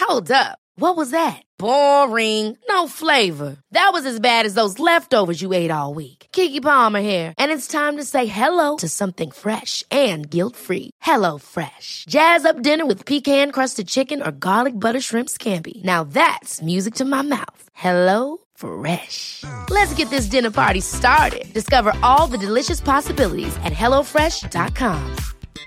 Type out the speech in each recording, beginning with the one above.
Hold up. What was that? Boring. No flavor. That was as bad as those leftovers you ate all week. Keke Palmer here, and it's time to say hello to something fresh and guilt-free. Hello Fresh. Jazz up dinner with pecan-crusted chicken or garlic butter shrimp scampi. Now that's music to my mouth. Hello Fresh. Let's get this dinner party started. Discover all the delicious possibilities at hellofresh.com.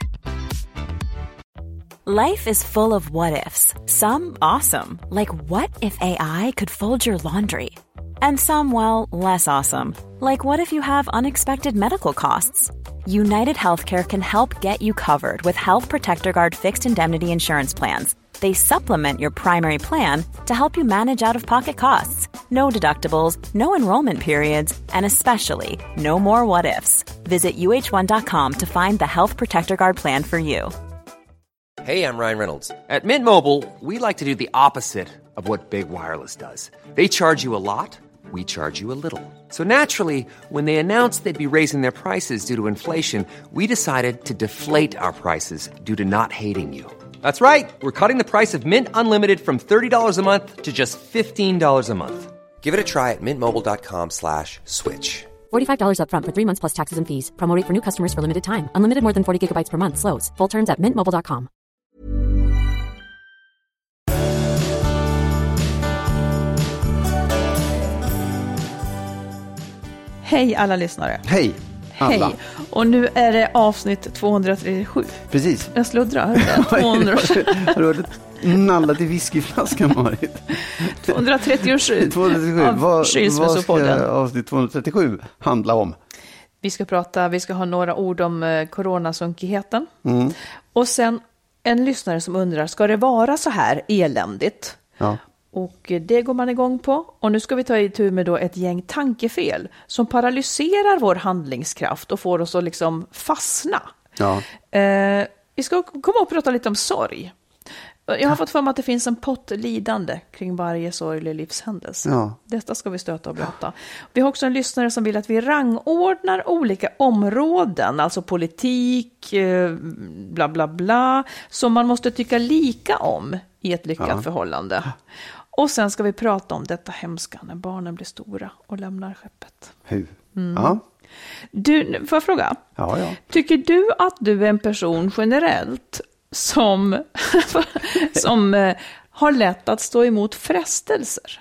Life is full of what-ifs. Some awesome, like what if AI could fold your laundry? And some, well, less awesome, like what if you have unexpected medical costs? United Healthcare can help get you covered with Health Protector Guard fixed indemnity insurance plans. They supplement your primary plan to help you manage out-of-pocket costs. No deductibles, no enrollment periods, and especially no more what-ifs. Visit uh1.com to find the Health Protector Guard plan for you. Hey, I'm Ryan Reynolds. At Mint Mobile, we like to do the opposite of what Big Wireless does. They charge you a lot, we charge you a little. So naturally, when they announced they'd be raising their prices due to inflation, we decided to deflate our prices due to not hating you. That's right. We're cutting the price of Mint Unlimited from $30 a month to just $15 a month. Give it a try at mintmobile.com/switch. $45 up front for 3 months plus taxes and fees. Promo rate for new customers for limited time. Unlimited more than 40 gigabytes per month. Slows full terms at mintmobile.com. Hej alla lyssnare. Hej alla. Hej. Och nu är det avsnitt 237. Precis. Jag sluddrar, hörde det? 237. Har du hört nallat i whiskyflaskan, Marit? 237. 237. Vad ska avsnitt 237 handla om? Vi ska ha några ord om coronasunkigheten. Och sen en lyssnare som undrar, ska det vara så här eländigt? Ja. Och det går man igång på. Och nu ska vi ta itu med då ett gäng tankefel som paralyserar vår handlingskraft och får oss att liksom fastna. Ja. Vi ska komma och prata lite om sorg. Jag har fått för mig att det finns en pott lidande kring varje sorglig livshändelse. Ja. Detta ska vi stöta och blöta. Vi har också en lyssnare som vill att vi rangordnar olika områden, alltså politik, bla bla bla, som man måste tycka lika om i ett lyckat förhållande. Och sen ska vi prata om detta hemska när barnen blir stora och lämnar skeppet. Hur? Ja. Du, får jag fråga? Ja. Tycker du att du är en person generellt som har lätt att stå emot frestelser?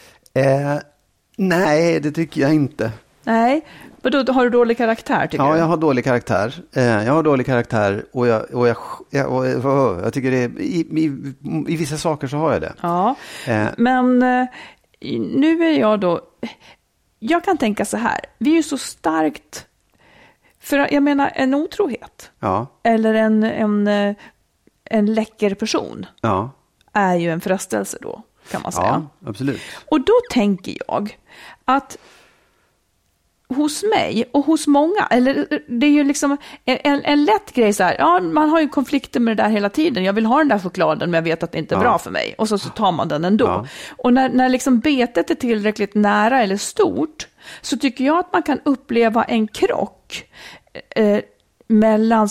Nej, det tycker jag inte. Nej, men då har du dålig karaktär, tycker du? Ja, jag har dålig karaktär. Och jag tycker det är, i vissa saker så har jag det. Ja, men nu är jag då... Jag kan tänka så här, vi är ju så starkt... För jag menar, en otrohet eller en läcker person är ju en frestelse då, kan man säga. Ja, absolut. Och då tänker jag att hos mig och hos många, eller det är ju liksom en lätt grej så här, ja, man har ju konflikter med det där hela tiden. Jag vill ha den där chokladen men jag vet att det inte är bra för mig. Och så tar man den ändå. Ja. Och när liksom betet är tillräckligt nära eller stort, så tycker jag att man kan uppleva en krock mellan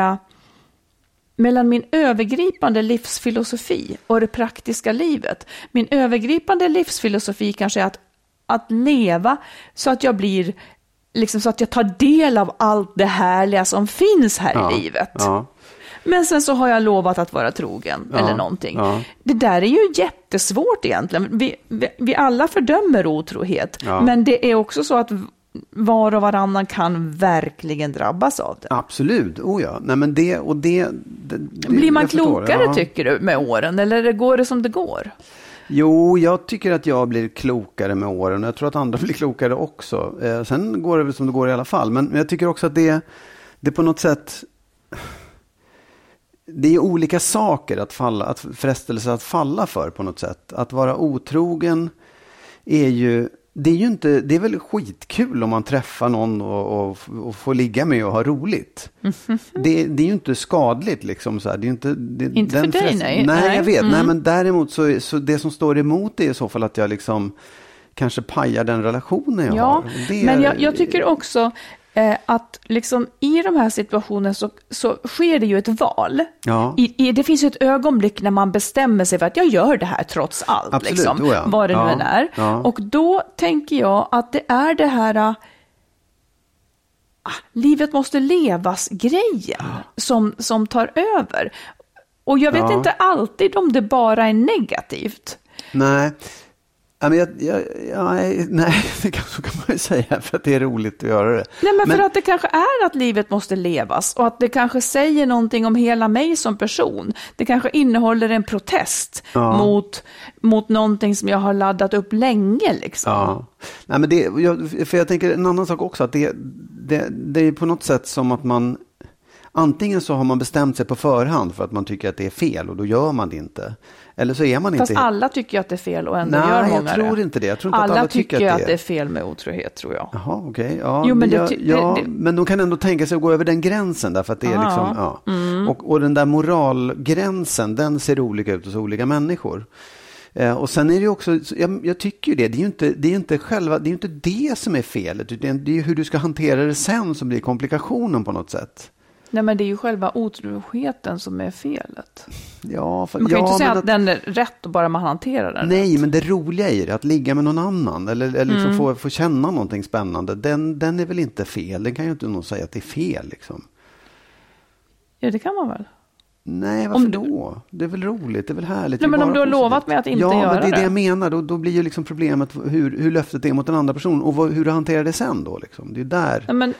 min övergripande livsfilosofi och det praktiska livet. Min övergripande livsfilosofi kanske är att leva så att jag blir liksom, så att jag tar del av allt det härliga som finns här i livet. Ja. Men sen så har jag lovat att vara trogen eller någonting. Ja. Det där är ju jättesvårt egentligen. Vi alla fördömer otrohet. Ja. Men det är också så att var och varannan kan verkligen drabbas av det. Absolut, Nej, men det blir man klokare, tycker du, med åren? Eller går det som det går? Jo, jag tycker att jag blir klokare med åren. Jag tror att andra blir klokare också. Sen går det väl som det går i alla fall. Men jag tycker också att det på något sätt... Det är olika saker att frestelse att falla för på något sätt. Att vara otrogen är ju... Det är väl skitkul om man träffar någon och får ligga med och ha roligt. Det är ju inte skadligt liksom så här. Det är inte inte för dig, nej. Nej, jag vet. Nej, men däremot så det som står emot är i så fall att jag liksom kanske pajar den relationen jag har. Men jag tycker också att liksom i de här situationerna så sker det ju ett val. Ja. Det finns ju ett ögonblick när man bestämmer sig för att jag gör det här trots allt. Absolut, liksom, ja. vad det nu än är. Ja. Och då tänker jag att det är det här livet måste levas grejen som tar över. Och jag vet inte alltid om det bara är negativt. Nej. Ja, men nej, så kan man ju säga, för att det är roligt att göra det. Nej, men för att det kanske är att livet måste levas och att det kanske säger någonting om hela mig som person. Det kanske innehåller en protest mot någonting som jag har laddat upp länge. Liksom. Ja. Nej, men för jag tänker en annan sak också, att det är på något sätt som att man antingen så har man bestämt sig på förhand för att man tycker att det är fel och då gör man det inte. Eller så är man inte... Fast alla tycker att det är fel och ändå gör många det. Nej, jag tror inte det. Jag tror inte alla att alla tycker att det är fel med otrohet, tror jag. Jaha, okej. Ja, jo, men men de kan ändå tänka sig att gå över den gränsen därför att det är liksom... Ja. Och den där moralgränsen, den ser olika ut hos olika människor. Och sen är det ju också, jag tycker ju det är ju inte det som är felet, utan det är ju hur du ska hantera det sen som blir komplikationen på något sätt. Nej, men det är ju själva otroheten som är felet. Ja, man kan ju inte säga att den är rätt och bara man hanterar den. Nej, rätt. Men det roliga är att ligga med någon annan eller liksom få känna någonting spännande, den är väl inte fel. Den kan ju inte någon säga att det är fel liksom. Ja, det kan man väl. Nej, varför då? Det är väl roligt, det är väl härligt. Nej, men om du har lovat mig att inte göra det. Ja, men det är det jag menar. Då blir ju liksom problemet hur löftet är mot den andra personen och hur du hanterar det sen då liksom. Det är där. Nej, men...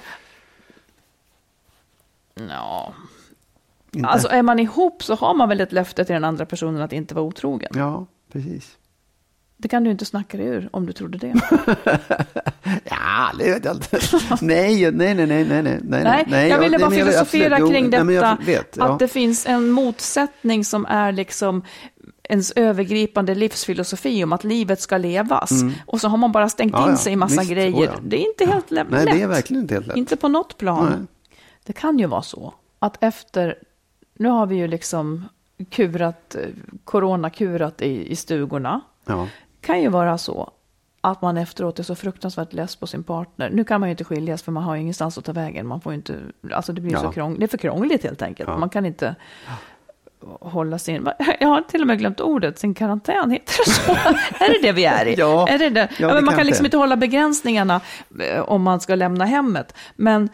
Ja. Alltså är man ihop så har man väl ett löfte till den andra personen att inte vara otrogen. Ja, precis. Det kan du inte snacka dig ur om du trodde det. Ja, det vet jag inte. Nej. Jag ville bara filosofera kring detta. Ja. Att det finns en motsättning som är liksom ens övergripande livsfilosofi om att livet ska levas. Och så har man bara stängt in sig i massa grejer. Det är inte helt lätt. Nej, det är verkligen inte helt lätt. Inte på något plan. Nej. Det kan ju vara så att nu har vi ju liksom coronakurat i stugorna. Ja. Kan ju vara så att man efteråt är så fruktansvärt less på sin partner. Nu kan man ju inte skiljas för man har ju ingenstans att ta vägen. Man får ju inte, alltså det blir så krångligt. Det är för krångligt helt enkelt. Ja. Man kan inte hålla sin... Jag har till och med glömt ordet, sin karantän heter det så. Är det vi är i? Ja. Är det? Ja, men man kan liksom inte hålla begränsningarna om man ska lämna hemmet. Men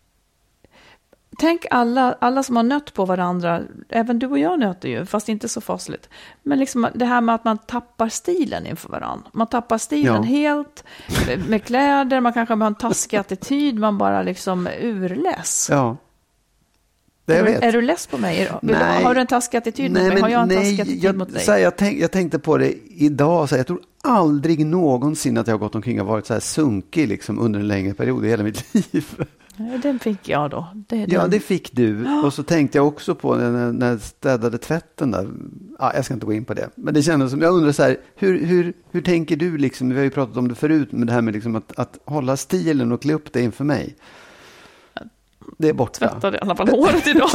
tänk alla som har nött på varandra, även du och jag nöter ju, fast inte så fasligt. Men liksom det här med att man tappar stilen inför varandra. Man tappar stilen helt med kläder, man kanske har en taskig attityd, man bara liksom urless. Ja. Är du less på mig? Har du en taskig attityd mot mig? Har jag en taskig attityd mot dig? Jag tänkte på det idag, så jag tror aldrig någonsin att jag har gått omkring och varit så här sunkig liksom under en längre period i hela mitt liv. Ja, den fick jag då. Det fick du. Och så tänkte jag också på när jag städade tvätten där. Jag ska inte gå in på det. Men det kändes som, jag undrar så här, hur tänker du liksom, vi har ju pratat om det förut, med det här med liksom att hålla stilen och klä upp det inför mig. Det är borta. Tvättade i alla fall håret idag.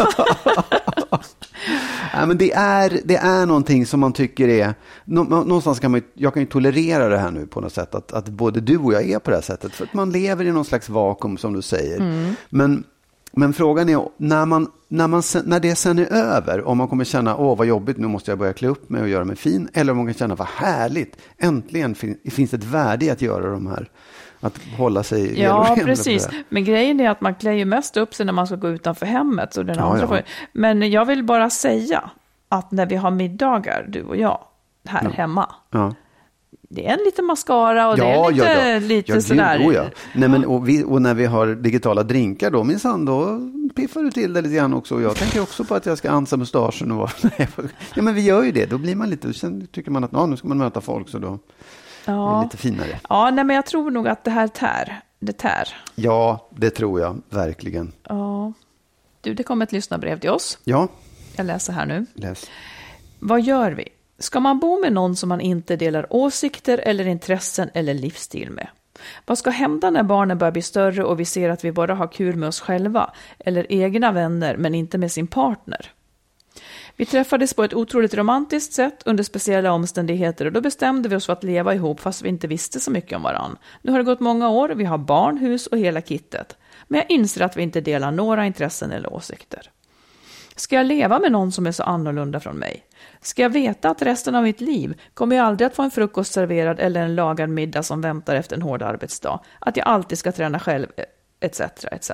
Ja, men det är någonting som man tycker är någonstans jag kan ju tolerera det här nu på något sätt, att både du och jag är på det här sättet, för att man lever i någon slags vakuum som du säger. Men frågan är när det sen är över, om man kommer känna vad jobbigt, nu måste jag börja klä upp mig och göra mig fin, eller om man kan känna vad härligt, äntligen finns ett värde i att göra de här, att hålla sig. Ja, precis. Men grejen är att man klär ju mest upp sig när man ska gå utanför hemmet. Så den andra får... Men jag vill bara säga att när vi har middagar, du och jag, här hemma, det är en liten mascara och det är lite sådär. Nej, men, och när vi har digitala drinkar då, minsann, då piffar du till det lite grann också. Och jag tänker också på att jag ska ansa mustaschen. Ja, men vi gör ju det. Då blir man lite, sen tycker man att nu ska man möta folk, så då är det lite finare. Ja, nej, men jag tror nog att det här tär. Ja, det tror jag verkligen. Ja. Du, det kom ett lyssnarbrev till oss. Ja. Jag läser här nu. Läs. Vad gör vi? Ska man bo med någon som man inte delar åsikter eller intressen eller livsstil med? Vad ska hända när barnen börjar bli större och vi ser att vi bara har kul med oss själva eller egna vänner men inte med sin partner? Vi träffades på ett otroligt romantiskt sätt under speciella omständigheter och då bestämde vi oss för att leva ihop fast vi inte visste så mycket om varann. Nu har det gått många år, vi har barn, hus och hela kittet. Men jag inser att vi inte delar några intressen eller åsikter. Ska jag leva med någon som är så annorlunda från mig? Ska jag veta att resten av mitt liv kommer jag aldrig att få en frukost serverad eller en lagad middag som väntar efter en hård arbetsdag? Att jag alltid ska träna själv, etc. etc.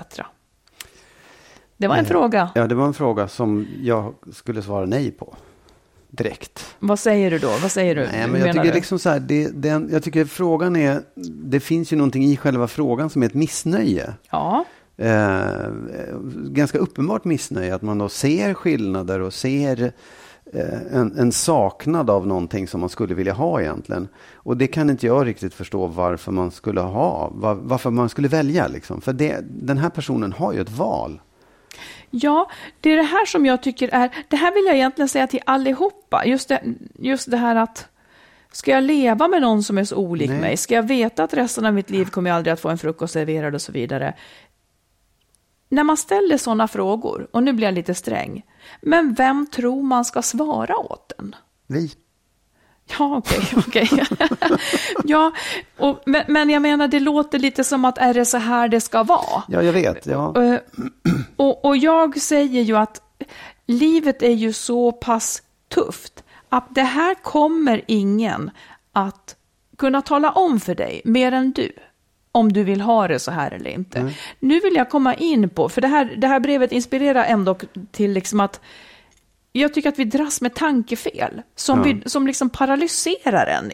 Det var en fråga. Ja, det var en fråga som jag skulle svara nej på. Direkt. Vad säger du då? Vad säger du? Nej, men jag tycker liksom så här, jag tycker frågan är, det finns ju någonting i själva frågan som är ett missnöje. Ja. Ganska uppenbart missnöje, att man då ser skillnader och ser en saknad av någonting som man skulle vilja ha egentligen. Och det kan inte jag riktigt förstå varför man skulle ha, varför man skulle välja liksom. För den här personen har ju ett val. Ja, det är det här som jag tycker det här vill jag egentligen säga till allihopa. Just det här att, ska jag leva med någon som är så olik mig? Ska jag veta att resten av mitt liv kommer jag aldrig att få en frukost serverad och så vidare? När man ställer sådana frågor, och nu blir jag lite sträng, men vem tror man ska svara åt den? Vi. Ja, okej. Ja, men jag menar, det låter lite som att är det så här det ska vara? Ja, jag vet. Ja. Och jag säger ju att livet är ju så pass tufft att det här kommer ingen att kunna tala om för dig mer än du. Om du vill ha det så här eller inte. Nu vill jag komma in på, för det här brevet inspirerar ändå till liksom att jag tycker att vi dras med tankefel som liksom paralyserar en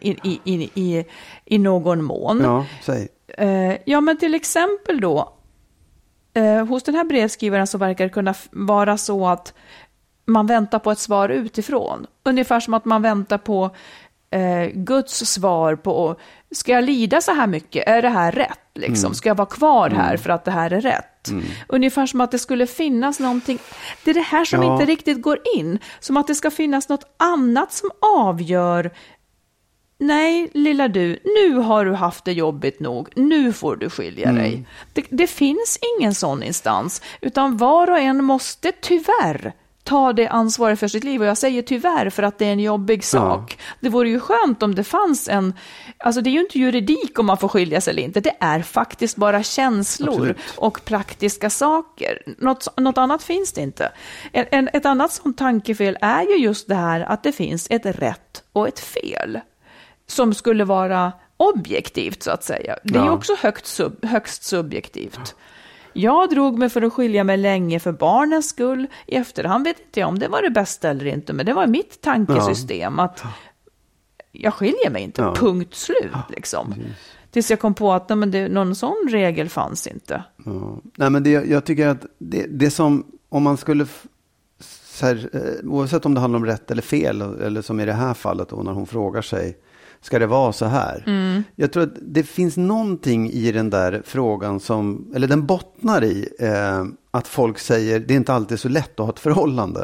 i någon mån. Ja, säg. Ja, men till exempel då hos den här brevskrivaren så verkar det kunna vara så att man väntar på ett svar utifrån. Ungefär som att man väntar på Guds svar på, ska jag lida så här mycket? Är det här rätt? Liksom? Ska jag vara kvar här för att det här är rätt? Ungefär som att det skulle finnas någonting. Det är det här som inte riktigt går in. Som att det ska finnas något annat som avgör. Nej, lilla du, nu har du haft det jobbigt nog. Nu får du skilja dig. Det finns ingen sån instans. Utan var och en måste tyvärr ta det ansvaret för sitt liv. Och jag säger tyvärr för att det är en jobbig sak. Det vore ju skönt om det fanns alltså det är ju inte juridik om man får skilja sig eller inte. Det är faktiskt bara känslor och praktiska saker. Något annat finns det inte. Ett annat sånt tankefel är ju just det här att det finns ett rätt och ett fel. Som skulle vara objektivt så att säga. Det är ju också högst subjektivt. Jag drog mig för att skilja mig länge för barnens skull. I efterhand vet inte jag om det var det bästa eller inte. Men det var mitt tankesystem att jag skiljer mig inte. Punkt slut liksom. Tills jag kom på att någon sån regel fanns inte. Nej, men jag tycker att det som, om man skulle så här, oavsett om det handlar om rätt eller fel, eller som i det här fallet då, när hon frågar sig, ska det vara så här? Jag tror att det finns någonting i den där frågan som, eller den bottnar i att folk säger, det är inte alltid så lätt att ha ett förhållande.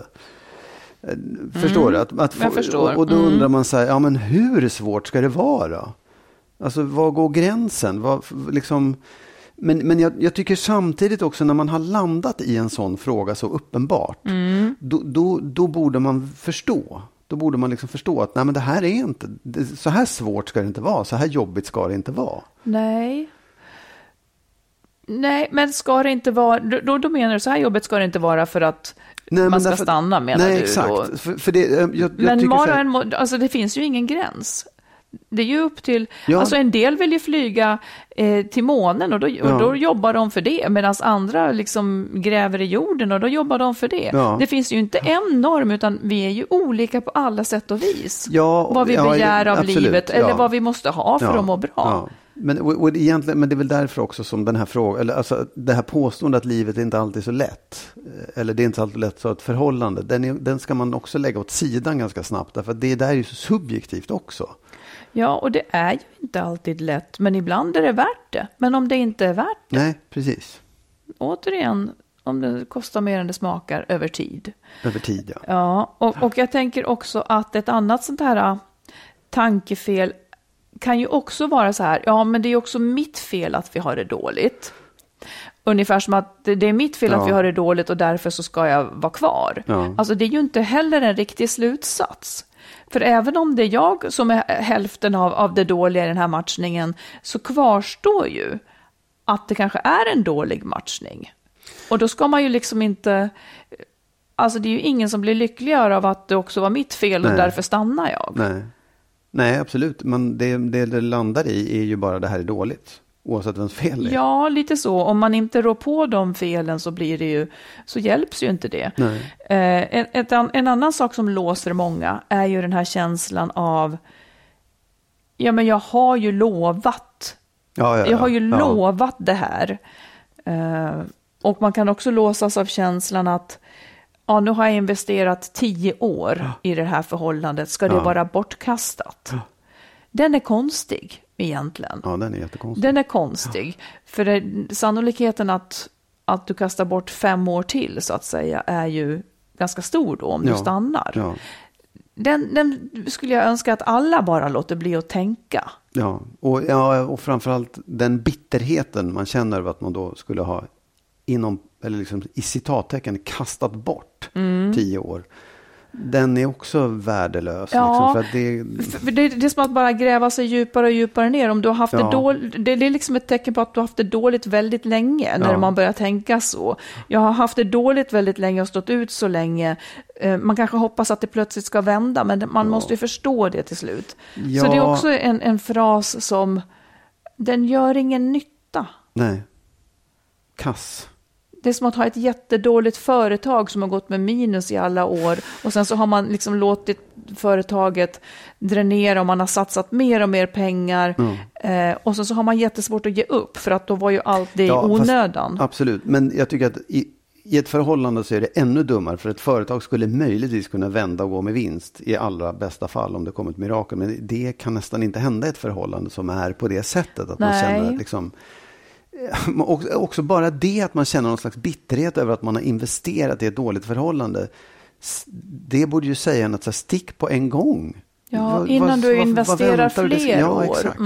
Förstår du? Jag förstår. Och då undrar man så här, ja men hur svårt ska det vara? Alltså vad går gränsen? Men jag tycker samtidigt också när man har landat i en sån fråga så uppenbart, då borde man förstå. Då borde man liksom förstå att nej, men det här är inte, så här svårt ska det inte vara, så här jobbigt ska det inte vara. Nej, men ska det inte vara, då menar du så här jobbigt ska det inte vara för att man ska stanna, menar du? Exakt. Då? För det, men alltså det finns ju ingen gräns. Det är ju upp till, alltså en del vill ju flyga till månen och då jobbar de för det, medan andra liksom gräver i jorden och då jobbar de för det. Det finns ju inte en norm, utan vi är ju olika på alla sätt och vis. Vad vi begär av absolut, livet eller vad vi måste ha för att må bra. Men egentligen, men det är väl därför också som den här frågan, eller alltså det här påståendet att livet är inte alltid så lätt, eller det är inte alltid lätt så ett förhållande, den ska man också lägga åt sidan ganska snabbt, därför att det där är ju så subjektivt också. Ja, och det är ju inte alltid lätt, men ibland är det värt det. Men om det inte är värt det. Nej, precis. Återigen, om det kostar mer än det smakar över tid. Över tid, ja. Ja, och jag tänker också att ett annat sånt här tankefel kan ju också vara så här, ja men det är också mitt fel att vi har det dåligt. Ungefär som att det är mitt fel att vi har det dåligt och därför så ska jag vara kvar. Ja. Alltså det är ju inte heller en riktig slutsats. För även om det är jag som är hälften av det dåliga i den här matchningen, så kvarstår ju att det kanske är en dålig matchning. Och då ska man ju liksom inte... Alltså det är ju ingen som blir lyckligare av att det också var mitt fel och därför stannar jag. Nej, absolut. Men det landar i är ju bara det här är dåligt. Oavsett vems fel det är. Ja, lite så. Om man inte rår på de felen så hjälps ju inte det. En annan sak som låser många är ju den här känslan av men jag har ju lovat. Jag har ju lovat det här. Och man kan också låsas av känslan att nu har jag investerat 10 år i det här förhållandet. Ska det vara bortkastat? Den är konstig egentligen. Ja, den är jättekonstig. Den är konstig. För sannolikheten att du kastar bort 5 år till så att säga är ju ganska stor då om du stannar. Ja. Den skulle jag önska att alla bara låter bli att tänka. Ja, och framförallt den bitterheten man känner över att man då skulle ha eller liksom i citattecken kastat bort 10 år. Den är också värdelös. Ja, liksom, för det är som att bara gräva sig djupare och djupare ner. Om du har haft det dåligt, det är liksom ett tecken på att du har haft det dåligt väldigt länge när man börjar tänka så. Jag har haft det dåligt väldigt länge och stått ut så länge. Man kanske hoppas att det plötsligt ska vända, men man måste ju förstå det till slut. Ja. Så det är också en fras som den gör ingen nytta. Nej. Kass. Det är som att ha ett jättedåligt företag som har gått med minus i alla år och sen så har man liksom låtit företaget dränera och man har satsat mer och mer pengar och så har man jättesvårt att ge upp för att då var ju allt det i onödan. Absolut, men jag tycker att i ett förhållande så är det ännu dummare för ett företag skulle möjligtvis kunna vända och gå med vinst i allra bästa fall om det kommer ett mirakel, men det kan nästan inte hända i ett förhållande som är på det sättet att man känner liksom också bara det att man känner någon slags bitterhet över att man har investerat i ett dåligt förhållande. Det borde ju säga en att stick på en gång. Ja, innan du investerar fler år. Exakt.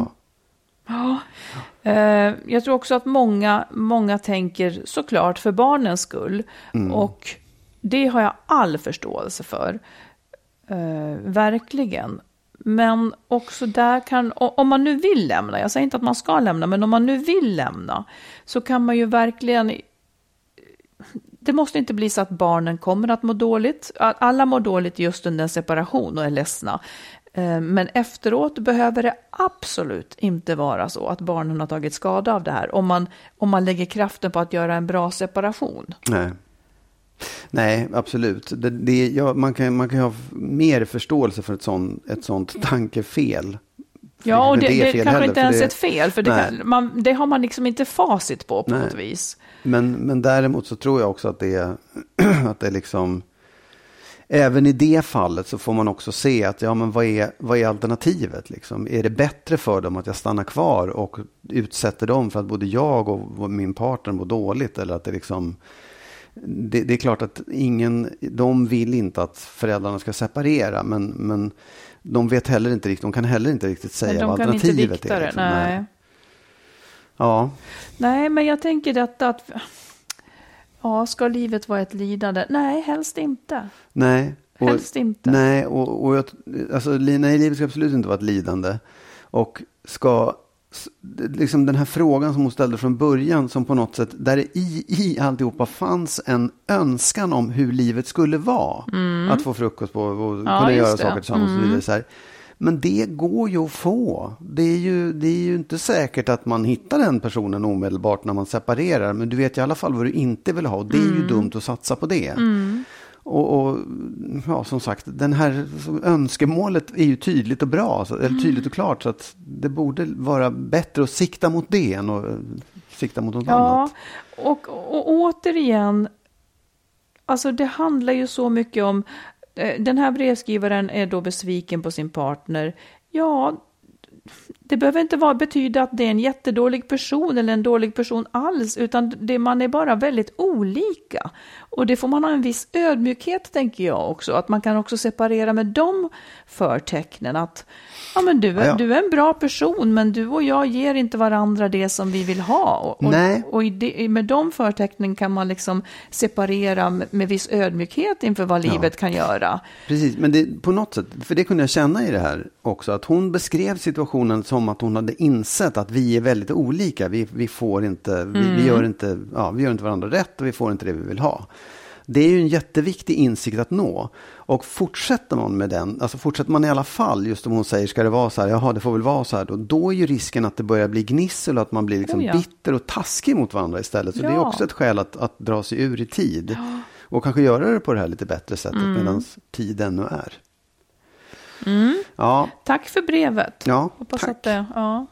Jag tror också att många tänker såklart för barnens skull. Och det har jag all förståelse för. Verkligen. Men också där om man nu vill lämna, jag säger inte att man ska lämna, men om man nu vill lämna så kan man ju verkligen, det måste inte bli så att barnen kommer att må dåligt. Alla mår dåligt just under en separation och är ledsna. Men efteråt behöver det absolut inte vara så att barnen har tagit skada av det här. Om man lägger kraften på att göra en bra separation. Nej, absolut. Man kan ha mer förståelse för ett sånt tankefel. Ja, och det kanske inte ens är ett fel. För det har man liksom inte facit på något vis. Men däremot så tror jag också att det är liksom... Även i det fallet så får man också se att men vad är alternativet? Liksom? Är det bättre för dem att jag stannar kvar och utsätter dem för att både jag och min partner mår dåligt? Eller att det liksom... Det är klart att de vill inte att föräldrarna ska separera, men de vet heller inte riktigt, de kan heller inte riktigt säga vad alternativet är. Liksom. Nej. Ja. Nej, men jag tänker att ska livet vara ett lidande? Nej, helst inte. Nej. Helst inte. Nej, nej, livet ska absolut inte vara ett lidande. Och ska liksom den här frågan som hon ställde från början, som på något sätt där det i alltihopa fanns en önskan om hur livet skulle vara, att få frukost på och kunna göra saker tillsammans och så vidare så här. Men det går ju att få. Det är ju inte säkert att man hittar den personen omedelbart när man separerar, men du vet i alla fall vad du inte vill ha, och det är ju dumt att satsa på det. Och som sagt, den här önskemålet är ju tydligt och bra, eller tydligt och klart, så att det borde vara bättre att sikta mot det än att sikta mot något annat. Och återigen, alltså det handlar ju så mycket om, den här brevskrivaren är då besviken på sin partner. Ja, det behöver inte betyda att det är en jättedålig person eller en dålig person alls, utan man är bara väldigt olika. Och det får man ha en viss ödmjukhet, tänker jag också. Att man kan också separera med de förtecknen. Att du är en bra person, men du och jag ger inte varandra det som vi vill ha. Och med de förtecknen kan man liksom separera med viss ödmjukhet inför vad livet kan göra. Precis, men det, på något sätt, för det kunde jag känna i det här också, att hon beskrev situationen som att hon hade insett att vi är väldigt olika. Vi får inte, vi gör inte varandra rätt och vi får inte det vi vill ha. Det är ju en jätteviktig insikt att nå. Och fortsätter man med den, alltså fortsätter man i alla fall, just om hon säger ska det vara så här, jaha det får väl vara så här då är ju risken att det börjar bli gnissel och att man blir liksom bitter och taskig mot varandra istället. Så det är också ett skäl att dra sig ur i tid. Ja. Och kanske göra det på det här lite bättre sättet medan tiden nu är. Ja. Tack för brevet. Ja, hoppas tack. Att det, ja.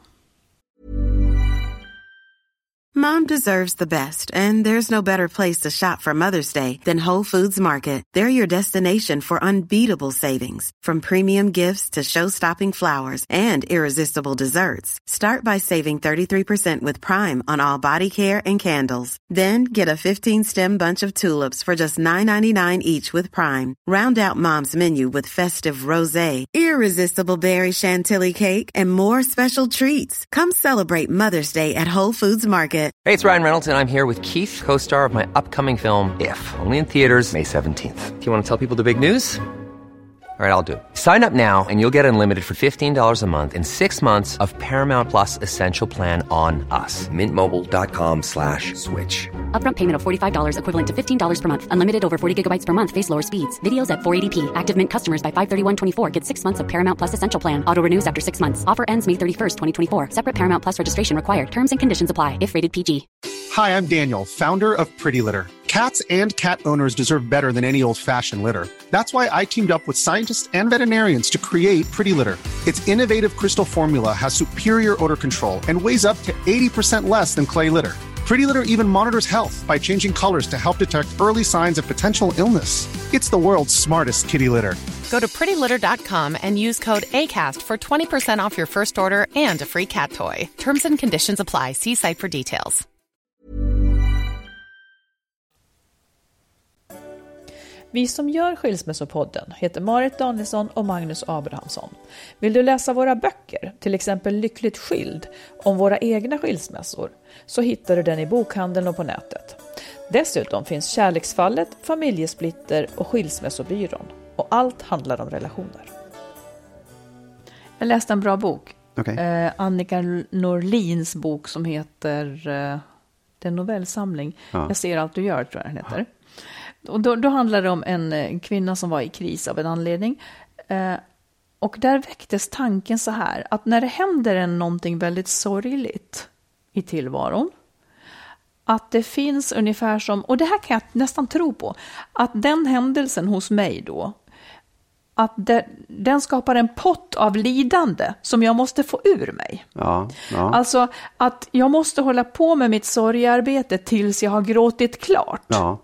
Mom deserves the best, and there's no better place to shop for Mother's Day than Whole Foods Market. They're your destination for unbeatable savings, from premium gifts to show-stopping flowers and irresistible desserts. Start by saving 33% with Prime on all body care and candles. Then get a 15-stem bunch of tulips for just $9.99 each with Prime. Round out Mom's menu with festive rosé, irresistible berry chantilly cake, and more special treats. Come celebrate Mother's Day at Whole Foods Market. Hey, it's Ryan Reynolds, and I'm here with Keith, co-star of my upcoming film, If, only in theaters May 17th. Do you want to tell people the big news? All right, I'll do it. Sign up now and you'll get unlimited for $15 a month and 6 months of Paramount Plus Essential Plan on us. MintMobile.com/switch. Upfront payment of $45 equivalent to $15 per month. Unlimited over 40 gigabytes per month. Face lower speeds. Videos at 480p. Active Mint customers by 531.24 get 6 months of Paramount Plus Essential Plan. Auto renews after 6 months. Offer ends May 31st, 2024. Separate Paramount Plus registration required. Terms and conditions apply if rated PG. Hi, I'm Daniel, founder of Pretty Litter. Cats and cat owners deserve better than any old-fashioned litter. That's why I teamed up with scientists and veterinarians to create Pretty Litter. Its innovative crystal formula has superior odor control and weighs up to 80% less than clay litter. Pretty Litter even monitors health by changing colors to help detect early signs of potential illness. It's the world's smartest kitty litter. Go to prettylitter.com and use code ACAST for 20% off your first order and a free cat toy. Terms and conditions apply. See site for details. Vi som gör Skilsmässopodden heter Marit Danielsson och Magnus Abrahamsson. Vill du läsa våra böcker, till exempel Lyckligt skild, om våra egna skilsmässor, så hittar du den i bokhandeln och på nätet. Dessutom finns Kärleksfallet, Familjesplitter och Skilsmässobyrån. Och allt handlar om relationer. Jag läste en bra bok. Okay. Annika Norlins bok som heter Det är en novellsamling. Ja. Jag ser allt du gör, tror jag den heter. Och då handlar det om en kvinna som var i kris av en anledning. Och där väcktes tanken så här, att när det händer någonting väldigt sorgligt i tillvaron, att det finns ungefär som, och det här kan jag nästan tro på, att den händelsen hos mig då, att den skapar en pott av lidande som jag måste få ur mig. Ja. Alltså att jag måste hålla på med mitt sorgearbete tills jag har gråtit klart. Ja.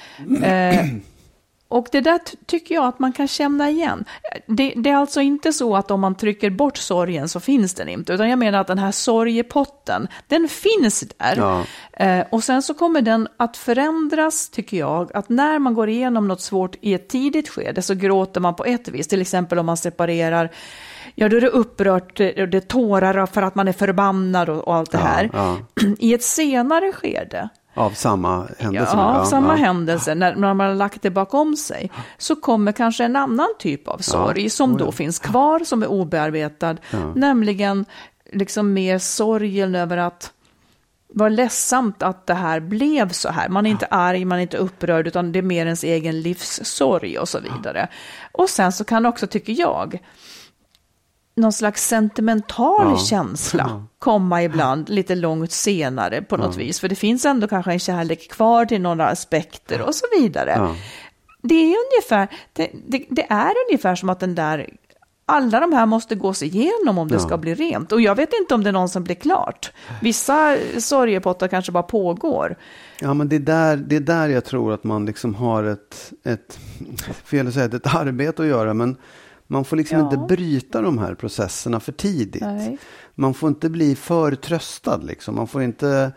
Och det där tycker jag att man kan känna igen. Det är alltså inte så att om man trycker bort sorgen så finns den inte. Utan jag menar att den här sorgepotten, den finns där. Ja. Och sen så kommer den att förändras, tycker jag. Att när man går igenom något svårt i ett tidigt skede så gråter man på ett vis. Till exempel om man separerar. Ja, då är det upprört, det är tårar för att man är förbannad och allt det här. Ja. I ett senare skede. Av samma händelse? Ja, av samma händelse. När man har lagt det bakom sig så kommer kanske en annan typ av sorg som då finns kvar, som är obearbetad. Ja. Nämligen liksom mer sorgen över att vara ledsamt att det här blev så här. Man är inte arg, man är inte upprörd, utan det är mer ens egen livssorg och så vidare. Och sen så kan också, tycker jag, någon slags sentimental känsla komma ibland lite långt senare på något vis. För det finns ändå kanske en kärlek kvar till några aspekter och så vidare. Ja. Det är ungefär, det är ungefär som att alla de här måste gås igenom om det ska bli rent. Och jag vet inte om det är någon som blir klart. Vissa sorgepottar kanske bara pågår. Ja, men det är där jag tror att man liksom har ett arbete att göra, men man får liksom inte bryta de här processerna för tidigt. Nej. Man får inte bli för tröstad liksom. Man får inte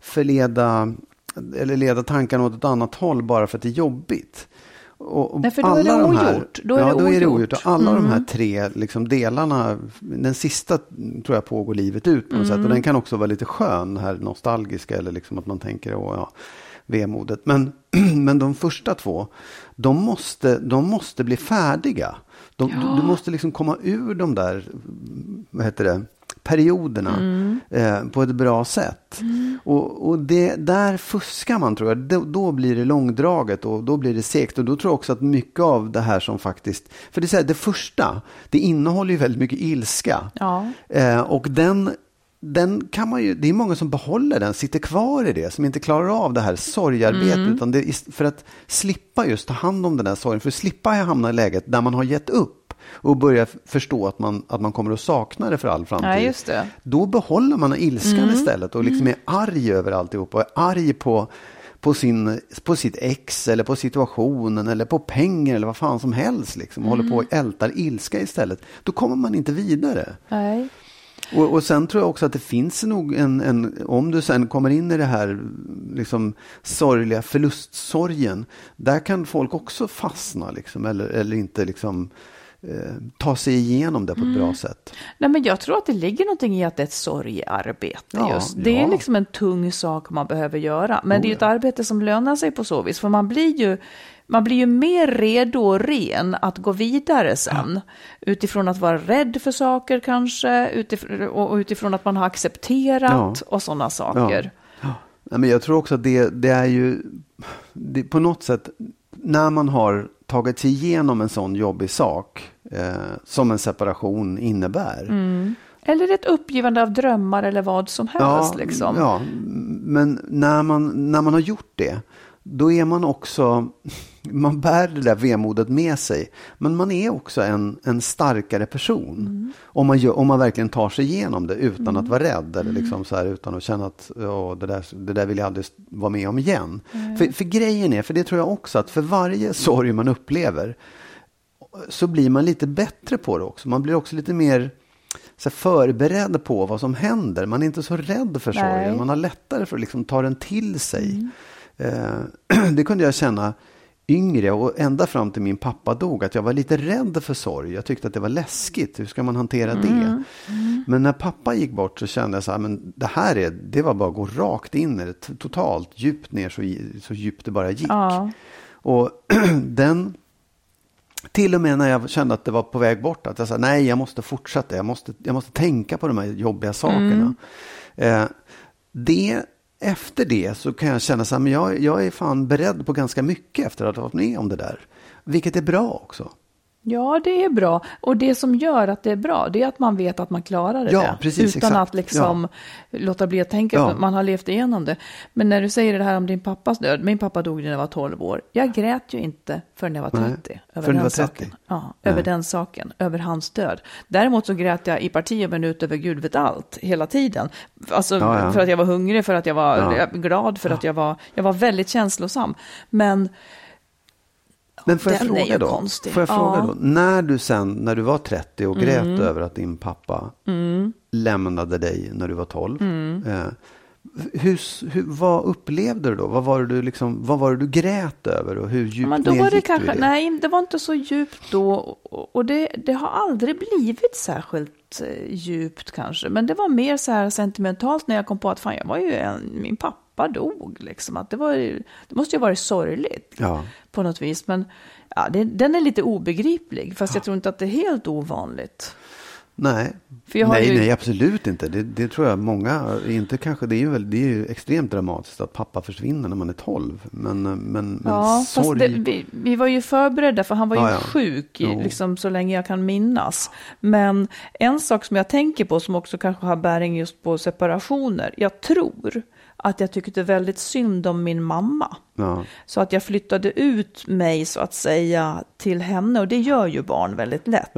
leda tankarna åt ett annat håll bara för att det är jobbigt. Nej, för då är det ogjort. Då är det ogjort. Och alla de här tre liksom, delarna, den sista tror jag pågår livet ut på något sätt. Och den kan också vara lite skön, den här nostalgiska, eller liksom att man tänker, vemodet. Men de första två, de måste bli färdiga. Du måste liksom komma ur de där perioderna på ett bra sätt. Och där fuskar man, tror jag. Då blir det långdraget och då blir det segt. Och då tror jag också att mycket av det här som faktiskt... För det är så här, det första, det innehåller ju väldigt mycket ilska. Ja. Och den kan man ju, det är många som behåller den, sitter kvar i det, som inte klarar av det här sorgarbetet, utan det är för att slippa just ta hand om den där sorgen, för att slippa hamna i läget där man har gett upp och börjar förstå att man kommer att sakna det för all framtid. Ja, just det. Då behåller man ilskan istället och liksom är arg över alltihop och är arg på sitt ex eller på situationen eller på pengar eller vad fan som helst liksom, och håller på och ältar ilska istället. Då kommer man inte vidare. Nej. Och sen tror jag också att det finns nog om du sen kommer in i det här liksom sorgliga förlustsorgen, där kan folk också fastna liksom, eller inte liksom ta sig igenom det på ett bra sätt. Nej, men jag tror att det ligger någonting i att det är ett sorgarbete just. Det är liksom en tung sak man behöver göra, men det är ju ett arbete som lönar sig på så vis, för man blir ju mer redo och ren att gå vidare sen. Utifrån att vara rädd för saker kanske. Utifrån att man har accepterat och sådana saker. Ja, men jag tror också att det är ju... på något sätt, när man har tagit sig igenom en sån jobbig sak som en separation innebär. Eller ett uppgivande av drömmar eller vad som helst. Liksom. Ja, men när man har gjort det, då är man också, man bär det där vemodet med sig, men man är också en starkare person om man verkligen tar sig igenom det utan att vara rädd eller liksom så här, utan att känna att det där vill jag aldrig vara med om igen. För grejen är, för det tror jag också, att för varje sorg man upplever så blir man lite bättre på det också. Man blir också lite mer så förberedd på vad som händer. Man är inte så rädd för sorgen. Man har lättare för att liksom ta den till sig. Det kunde jag känna yngre och ända fram till min pappa dog, att jag var lite rädd för sorg. Jag tyckte att det var läskigt. Hur ska man hantera det? Men när pappa gick bort så kände jag så här, men det var bara att gå rakt in i det, totalt djupt ner, så djupt det bara gick. Och till och med när jag kände att det var på väg bort, att jag sa nej, jag måste fortsätta. Jag måste tänka på de här jobbiga sakerna. Efter det så kan jag känna så här, men jag är fan beredd på ganska mycket efter att ha varit med om det där. Vilket är bra också. Ja, det är bra. Och det som gör att det är bra, det är att man vet att man klarar det. Precis, utan att liksom låta bli att tänka på att man har levt igenom det. Men när du säger det här om din pappas död. Min pappa dog när jag var 12 år. Jag grät ju inte förrän jag var 30. Över den saken. Ja, över den saken. Över hans död. Däremot så grät jag i parti och minut över Gud vet allt. Hela tiden. Alltså för att jag var hungrig, för att jag var glad, för att jag var väldigt känslosam. Men får jag fråga då, när du var 30 och grät över att din pappa lämnade dig när du var 12, vad upplevde du då? Vad var det du grät över och hur djupt ner gick du i det? Nej, det var inte så djupt då, och det har aldrig blivit särskilt djupt kanske, men det var mer så här sentimentalt när jag kom på att fan, jag var ju min pappa dog liksom, att det måste ju varit sorgligt på något vis, men den är lite obegriplig, fast jag tror inte att det är helt ovanligt. Nej, nej, absolut inte. Det tror jag många inte kanske. Det är ju extremt dramatiskt att pappa försvinner när man är 12. Men sorg... fast vi var ju förberedda, för han var ju sjuk liksom, så länge jag kan minnas. Men en sak som jag tänker på, som också kanske har bäring just på separationer. Jag tror att jag tyckte väldigt synd om min mamma. Så att jag flyttade ut mig, så att säga, till henne. Och det gör ju barn väldigt lätt.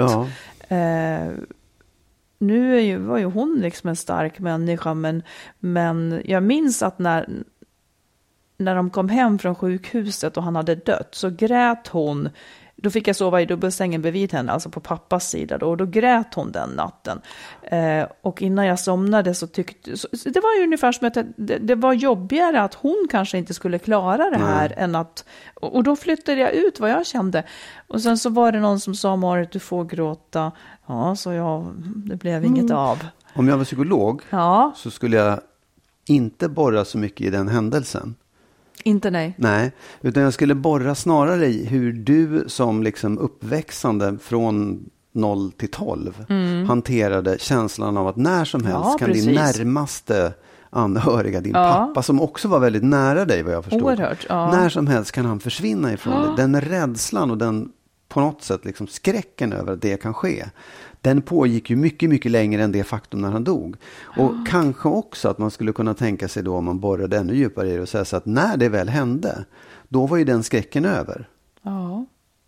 Nu var ju hon liksom en stark människa, men jag minns att när de kom hem från sjukhuset och han hade dött, så grät hon. Då fick jag sova i dubbelsängen bredvid henne, alltså på pappas sida då, och då grät hon den natten. Och innan jag somnade så det var ju ungefär som att det var jobbigare att hon kanske inte skulle klara det här än att, och då flyttade jag ut vad jag kände. Och sen så var det någon som sa, Marit, du får gråta. Ja, så det blev inget av. Om jag var psykolog så skulle jag inte borra så mycket i den händelsen. Inte nej, utan jag skulle borra snarare i hur du som liksom uppväxande från 0 till 12 hanterade känslan av att när som helst kan din närmaste anhöriga, din pappa som också var väldigt nära dig vad jag förstod. Oerhört, när som helst kan han försvinna ifrån dig. Den rädslan och den på något sätt liksom skräcken över att det kan ske. Den pågick ju mycket, mycket längre än det faktum när han dog. Och kanske också att man skulle kunna tänka sig då om man borrade ännu djupare i det och säga så att när det väl hände, då var ju den skräcken över. Ja.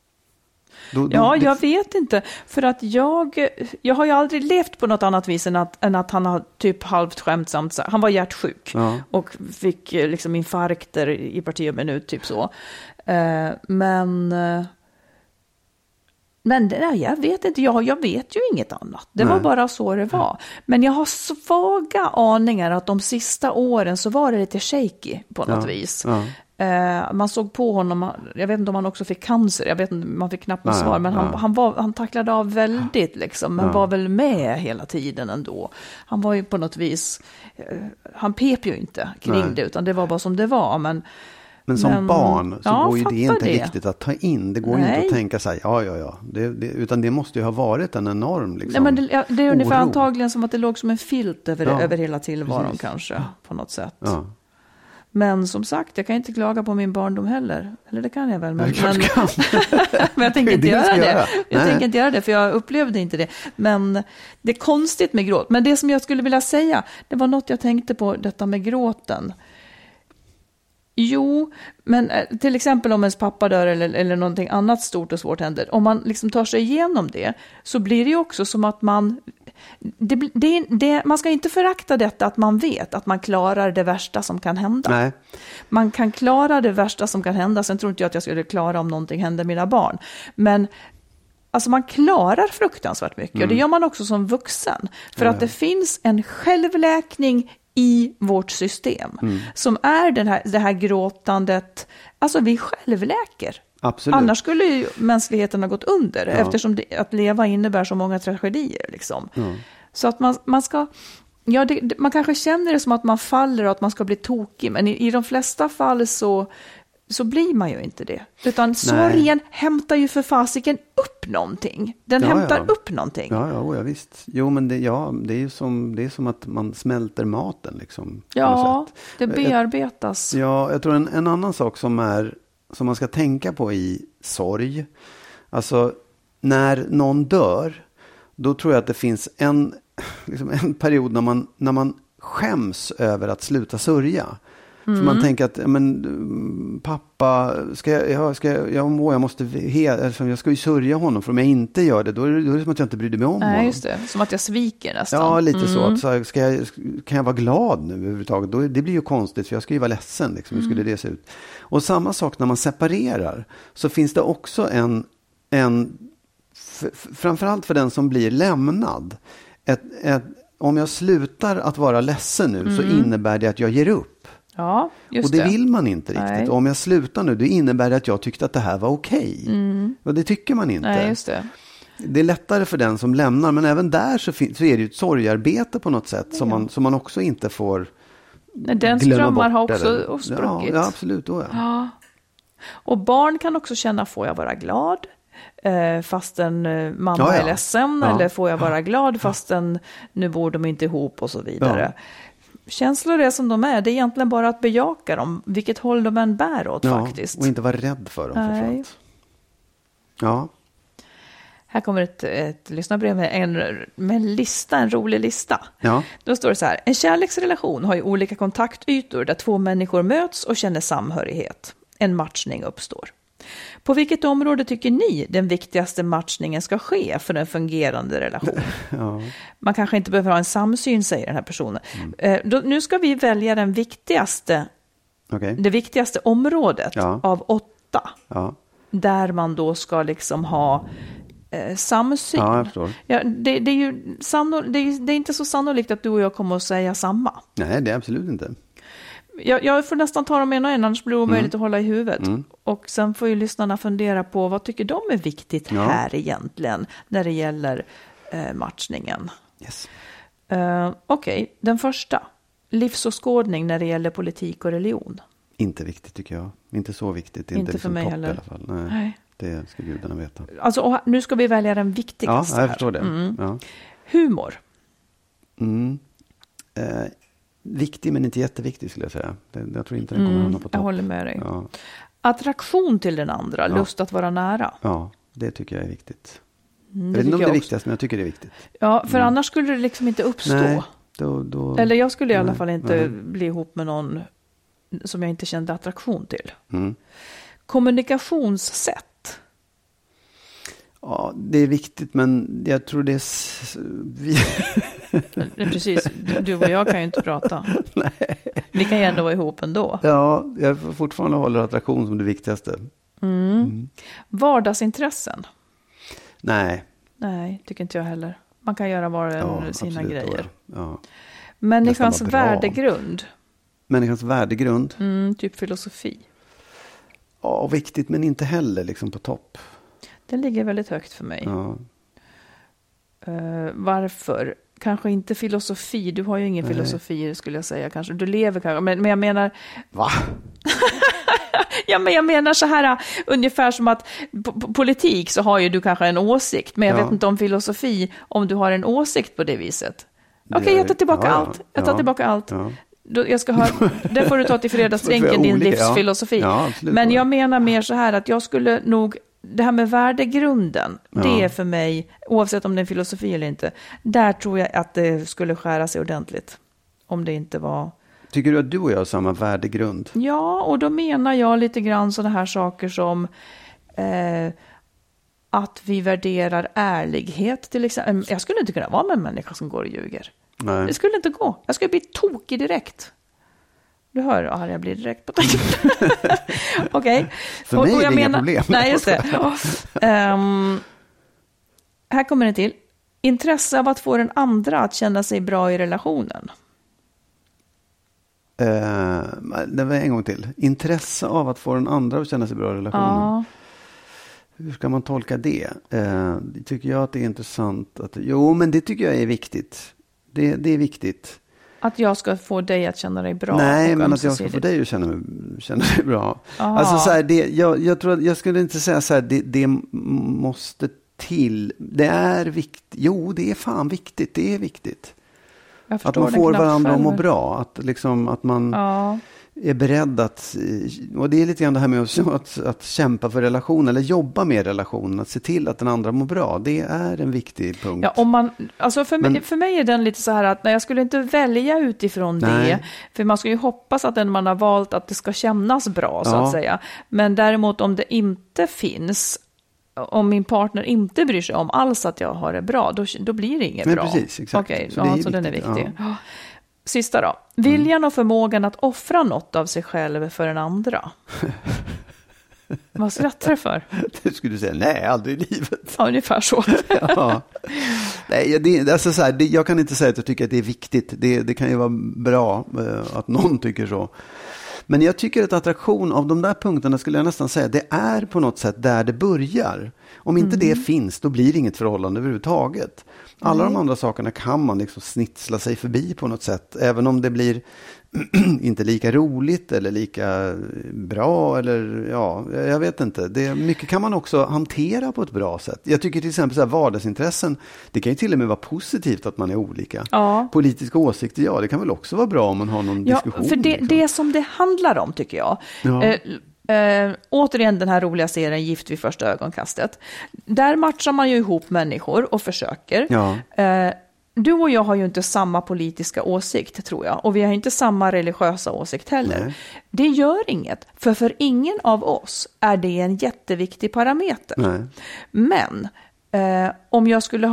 Jag vet inte. För att jag har ju aldrig levt på något annat vis än att han har typ halvt skämtsamt. Han var hjärtsjuk och fick liksom infarkter i parti och minut, typ så. Men jag vet inte, jag vet ju inget annat. Det var bara så det var. Men jag har svaga aningar att de sista åren så var det lite shaky på något vis. Man såg på honom, jag vet inte om han också fick cancer, jag vet inte, man fick knappt svar, men han tacklade av väldigt liksom, men var väl med hela tiden ändå. Han var ju på något vis, han pep ju inte kring det, utan det var bara som det var, men som barn så går ju det inte riktigt att ta in. Det går ju inte att tänka sig, utan det måste ju ha varit en enorm liksom, men det är ungefär antagligen som att det låg som en filt över hela tillvaron kanske, på något sätt. Ja. Men som sagt, jag kan inte klaga på min barndom heller. Eller det kan jag väl. Men jag tänker inte göra det. Jag tänker inte göra det, för jag upplevde inte det. Men det är konstigt med gråt. Men det som jag skulle vilja säga, det var något jag tänkte på, detta med gråten. Jo, men till exempel om ens pappa dör eller någonting annat stort och svårt händer. Om man liksom tar sig igenom det, så blir det ju också som att man ska inte förakta detta att man vet att man klarar det värsta som kan hända. Nej. Man kan klara det värsta som kan hända. Sen tror inte jag att jag skulle klara om någonting händer mina barn. Men alltså man klarar fruktansvärt mycket. Och det gör man också som vuxen. För att det finns en självläkning i vårt system som är det här gråtandet. Alltså vi självläker. Absolut. Annars skulle ju mänskligheten ha gått under, eftersom att leva innebär så många tragedier liksom. Så att man ska, man kanske känner det som att man faller och att man ska bli tokig, men i de flesta fall så blir man ju inte det. Utan sorgen hämtar ju för fasiken upp någonting. Den hämtar upp någonting. Ja, visst. Jo, men det är som att man smälter maten liksom. Ja, det bearbetas. Jag tror en annan sak som man ska tänka på i sorg. Alltså, när någon dör, då tror jag att det finns en period när man skäms över att sluta sörja. För man tänker att pappa, jag ska ju sörja honom, för om jag inte gör det, då är det som att jag inte bryr mig om honom. Just det, som att jag sviker nästan. Ja, lite så. Kan jag vara glad nu överhuvudtaget? Det blir ju konstigt, för jag ska ju vara ledsen. Liksom. Hur skulle det se ut? Och samma sak när man separerar, så finns det också framförallt för den som blir lämnad, om jag slutar att vara ledsen nu, så innebär det att jag ger upp. Ja, just och det vill man inte riktigt. Och om jag slutar nu, det innebär det att jag tyckte att det här var okej. Och det tycker man inte. Nej, just det. Det är lättare för den som lämnar, men även där så är det ju ett sorgarbete på något sätt som man också inte får den strömmar har också spruckit. Ja, absolut. Ja. Och barn kan också känna, får jag vara glad fastän mamma är ledsen, eller får jag vara glad fastän nu bor de inte ihop och så vidare. Känslor är som de är. Det är egentligen bara att bejaka dem, vilket håll de än bär åt faktiskt. Och inte vara rädd för dem. Framförallt. Ja. Här kommer ett lyssnarbrev med en rolig lista. Ja. Då står det så här: en kärleksrelation har ju olika kontaktytor där två människor möts och känner samhörighet. En matchning uppstår. På vilket område tycker ni den viktigaste matchningen ska ske för en fungerande relation? Man kanske inte behöver ha en samsyn, säger den här personen. Nu ska vi välja det viktigaste området av 8. Ja. Där man då ska liksom ha samsyn. Ja, jag förstår. Det är ju det är inte så sannolikt att du och jag kommer att säga samma. Nej, det är absolut inte. Jag får nästan ta dem en och en, annars blir det omöjligt att hålla i huvudet. Och sen får ju lyssnarna fundera på vad tycker de är viktigt här egentligen när det gäller matchningen. Yes. Okej, den första. Livsåskådning när det gäller politik och religion. Inte viktigt tycker jag. Inte så viktigt. Inte för mig topp, heller. I alla fall. Nej. det ska gudarna veta. Alltså, och nu ska vi välja den viktigaste. Ja, jag förstår det. Ja. Humor. Viktig men inte jätteviktig skulle jag säga. Jag tror inte den kommer hamna på topp. Jag håller med dig. Ja. Attraktion till den andra, lust att vara nära. Ja, det tycker jag är viktigt. Jag vet inte om det är viktigast, men jag tycker det är viktigt. Ja, för annars skulle det liksom inte uppstå. Nej, då, eller jag skulle i alla fall inte bli ihop med någon som jag inte kände attraktion till. Kommunikationssätt. Ja, det är viktigt, men jag tror det är... Precis, du och jag kan ju inte prata. Nej. Vi kan ju ändå vara ihop ändå. Ja, jag fortfarande håller attraktion som det viktigaste. Vardagsintressen. Nej, tycker inte jag heller. Man kan göra sina absolut, grejer. Ja. Människans värdegrund. Människans värdegrund? Typ filosofi. Ja, viktigt men inte heller liksom på topp. Den ligger väldigt högt för mig. Ja. Varför? Kanske inte filosofi. Du har ju ingen filosofi skulle jag säga. Kanske. Du lever kanske. Men jag menar... Va? Ja, men jag menar så här, ungefär som att politik så har ju du kanske en åsikt. Men jag vet inte om filosofi, om du har en åsikt på det viset. Okej, jag tar tillbaka allt. Jag tar tillbaka allt. Ja. Jag ska det får du ta till fredagsdränken, din livsfilosofi. Ja, men jag menar mer så här att jag skulle nog, det här med värdegrunden, det är för mig, oavsett om det är filosofi eller inte, där tror jag att det skulle skära sig ordentligt. Om det inte var... Tycker du att du och jag har samma värdegrund? Ja, och då menar jag lite grann sådana här saker som att vi värderar ärlighet till exempel. Jag skulle inte kunna vara med en människa som går och ljuger. Nej. Det skulle inte gå. Jag skulle bli tokig direkt. Du hör, jag blir direkt på tanken. Okej. För mig är det inga problem. Nej, just det. Här kommer det till. Intresse av att få den andra att känna sig bra i relationen. Det var en gång till. Intresse av att få den andra att känna sig bra i relationen. Ja. Hur ska man tolka det? Tycker jag att det är intressant. Jo, men det tycker jag är viktigt. Det är viktigt. Att jag ska få dig att känna dig bra. Nej, men att jag ska få dig att känna dig bra. Aha. Alltså så här, jag tror att jag skulle inte säga så här, det måste till. Det är viktigt. Jo, det är fan viktigt. Det är viktigt. Att man får varandra att må bra. Att man är beredd att... Och det är lite grann det här med att kämpa för relation. Eller jobba med relationen. Att se till att den andra mår bra. Det är en viktig punkt. Ja, alltså för mig är den lite så här att jag skulle inte välja utifrån det. För man ska ju hoppas att den man har valt att det ska kännas bra så att säga. Men däremot om det inte finns... Om min partner inte bryr sig om alls att jag har det bra, då blir det inget bra. Precis, exakt. Okej, så den är viktig. Ja. Sista då. Viljan och förmågan att offra något av sig själv för en andra. Vad skrattar du för? Det skulle du säga, nej, aldrig i livet. Ja, ungefär så. Ja. Nej, alltså så här, jag kan inte säga att jag tycker att det är viktigt. Det kan ju vara bra att någon tycker så. Men jag tycker att attraktion av de där punkterna skulle jag nästan säga, det är på något sätt där det börjar. Om inte det finns, då blir det inget förhållande överhuvudtaget. Alla de andra sakerna kan man liksom snitsla sig förbi på något sätt. Även om det blir inte lika roligt eller lika bra eller jag vet inte. Mycket kan man också hantera på ett bra sätt. Jag tycker till exempel så här vardagsintressen, det kan ju till och med vara positivt att man är olika. Ja. Politiska åsikter, det kan väl också vara bra om man har någon diskussion. För det som det handlar om tycker jag. Ja. Återigen den här roliga serien Gift vid första ögonkastet. Där matchar man ju ihop människor och försöker. Ja. Du och jag har ju inte samma politiska åsikt tror jag. Och vi har inte samma religiösa åsikt heller. Nej. Det gör inget. För ingen av oss är det en jätteviktig parameter. Nej. Men om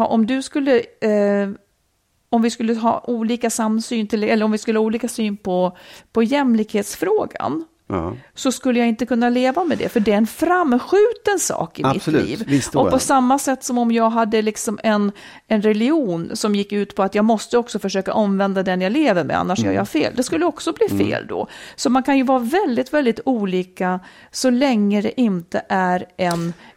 vi skulle ha olika samsyn eller om vi skulle ha olika syn på jämlikhetsfrågan. Ja. Så skulle jag inte kunna leva med det. För det är en framskjuten sak i mitt liv. Visst, och på samma sätt som om jag hade liksom en religion som gick ut på att jag måste också försöka omvända den jag lever med, annars gör jag fel. Det skulle också bli fel då. Så man kan ju vara väldigt, väldigt olika så länge det inte är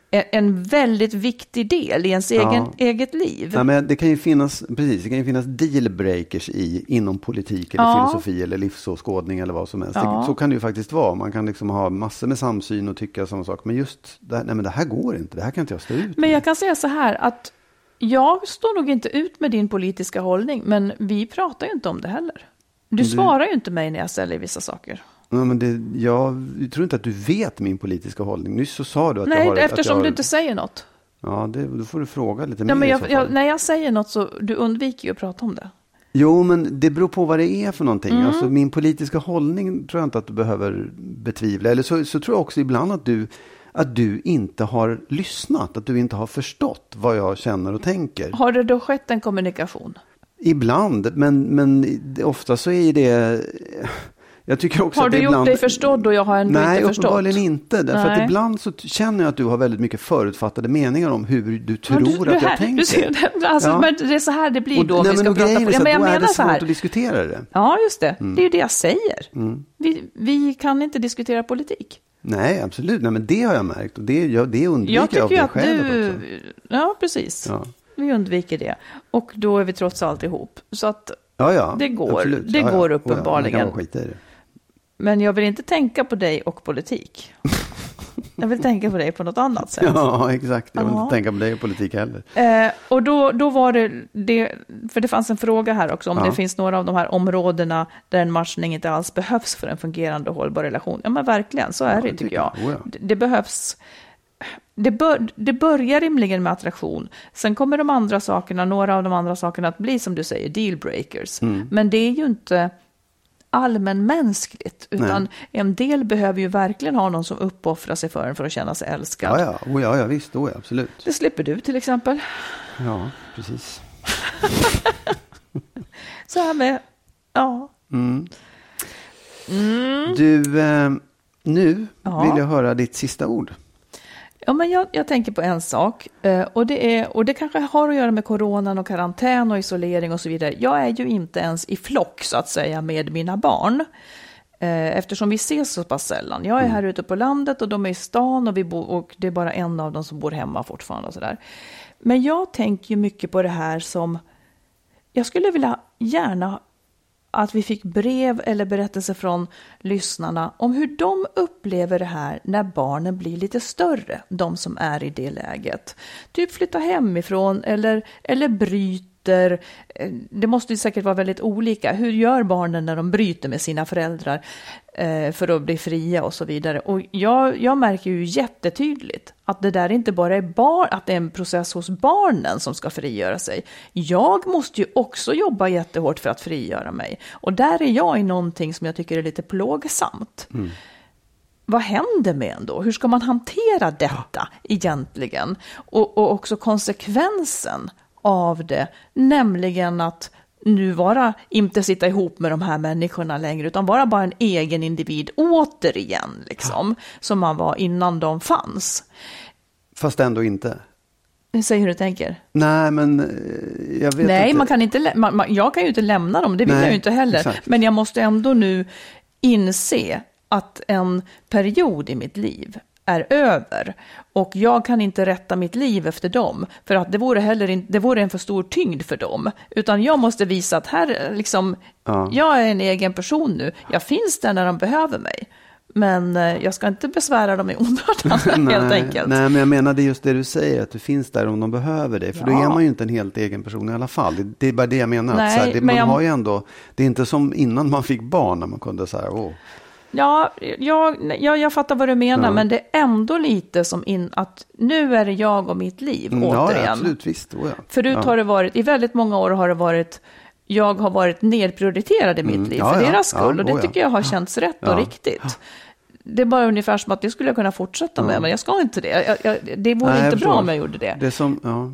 en väldigt viktig del i ens eget liv. Ja, men det kan ju finnas dealbreakers inom politik eller filosofi eller livsåskådning eller vad som helst. Ja. Så kan det ju faktiskt vara. Man kan liksom ha massor med samsyn och tycka samma sak. Men just det här går inte. Det här kan inte jag stå ut med. Men jag kan säga så här att jag står nog inte ut med din politiska hållning, men vi pratar ju inte om det heller. Du svarar ju inte mig när jag ställer vissa saker. Ja, men jag tror inte att du vet min politiska hållning. Nyss så sa du att nej, jag har... eftersom du inte säger något. Ja, då får du fråga lite ja, mer. Men när jag säger något så du undviker ju att prata om det. Jo, men det beror på vad det är för någonting. Alltså, min politiska hållning tror jag inte att du behöver betvivla. Eller så tror jag också ibland att du inte har lyssnat. Att du inte har förstått vad jag känner och tänker. Har det då skett en kommunikation? Ibland, men ofta så är det... Jag tycker också har att du ibland... gjort dig förstådd och jag har ändå inte förstått? Nej, uppenbarligen inte. Därför att ibland så känner jag att du har väldigt mycket förutfattade meningar om hur du tror att jag tänker. Du ser, alltså, men det är så här det blir då. Och, vi ska prata på. Ja, men jag menar så här. Att diskutera det. Ja, just det. Det är ju det jag säger. Vi kan inte diskutera politik. Nej, absolut. Nej, men det har jag märkt. Och det undviker jag av det skälet också. Ja, precis. Ja. Vi undviker det. Och då är vi trots allt ihop. Så att det går. Absolut. Det går uppenbarligen. Man kan skita i det. Men jag vill inte tänka på dig och politik. Jag vill tänka på dig på något annat sätt. Ja, exakt. Jag vill inte tänka på dig och politik heller. Och då var det... För det fanns en fråga här också. Om det finns några av de här områdena där en matchning inte alls behövs för en fungerande och hållbar relation. Ja, men verkligen. Så är det, tycker jag. Det behövs... Det börjar rimligen med attraktion. Sen kommer några av de andra sakerna att bli, som du säger, dealbreakers. Men det är ju inte allmänmänskligt, utan en del behöver ju verkligen ha någon som uppoffrar sig för att känna sig älskad. Ja, visst, absolut. Det slipper du till exempel. Ja, precis. Så här med, Du, nu vill jag höra ditt sista ord. Ja, men jag tänker på en sak, och det kanske har att göra med coronan och karantän och isolering och så vidare. Jag är ju inte ens i flock, så att säga, med mina barn, eftersom vi ses så pass sällan. Jag är här ute på landet och de är i stan och det är bara en av dem som bor hemma fortfarande och så där. Men jag tänker ju mycket på det här som jag skulle vilja gärna att vi fick brev eller berättelser från lyssnarna om hur de upplever det här när barnen blir lite större, de som är i det läget. Typ flytta hemifrån eller bryter. Det måste ju säkert vara väldigt olika. Hur gör barnen när de bryter med sina föräldrar för att bli fria och så vidare. Och jag märker ju jättetydligt att det där inte bara är att det är en process hos barnen som ska frigöra sig. Jag måste ju också jobba jättehårt för att frigöra mig. Och där är jag i någonting som jag tycker är lite plågsamt. Vad händer med en då? Hur ska man hantera detta egentligen? Och också konsekvensen av det, nämligen att nu inte sitta ihop med de här människorna längre, utan bara en egen individ återigen, liksom, som man var innan de fanns. Fast ändå inte. Säg hur du tänker. Nej, men jag vet inte. Man kan inte, jag kan ju inte lämna dem, det vill jag ju inte heller. Exakt. Men jag måste ändå nu inse att en period i mitt liv är över, och jag kan inte rätta mitt liv efter dem, för att det vore en för stor tyngd för dem, utan jag måste visa att här liksom, jag är en egen person nu, jag finns där när de behöver mig, men jag ska inte besvära dem i onödan helt enkelt. Nej, men jag menar det är just det du säger, att du finns där om de behöver dig, för då är man ju inte en helt egen person i alla fall. Det är bara det jag menar. Nej, att så här, man har ju ändå, det är inte som innan man fick barn när man kunde så här, Ja, jag fattar vad du menar, men det är ändå lite som att nu är det jag och mitt liv återigen. Ja, absolut, visst. Förut har det varit, i väldigt många år har det varit, jag har varit nedprioriterad i mitt liv för deras skull, och det tycker jag har känts rätt och riktigt. Det är bara ungefär som att det skulle jag kunna fortsätta med, men jag ska inte det. Det vore inte bra om jag gjorde det. Det är som,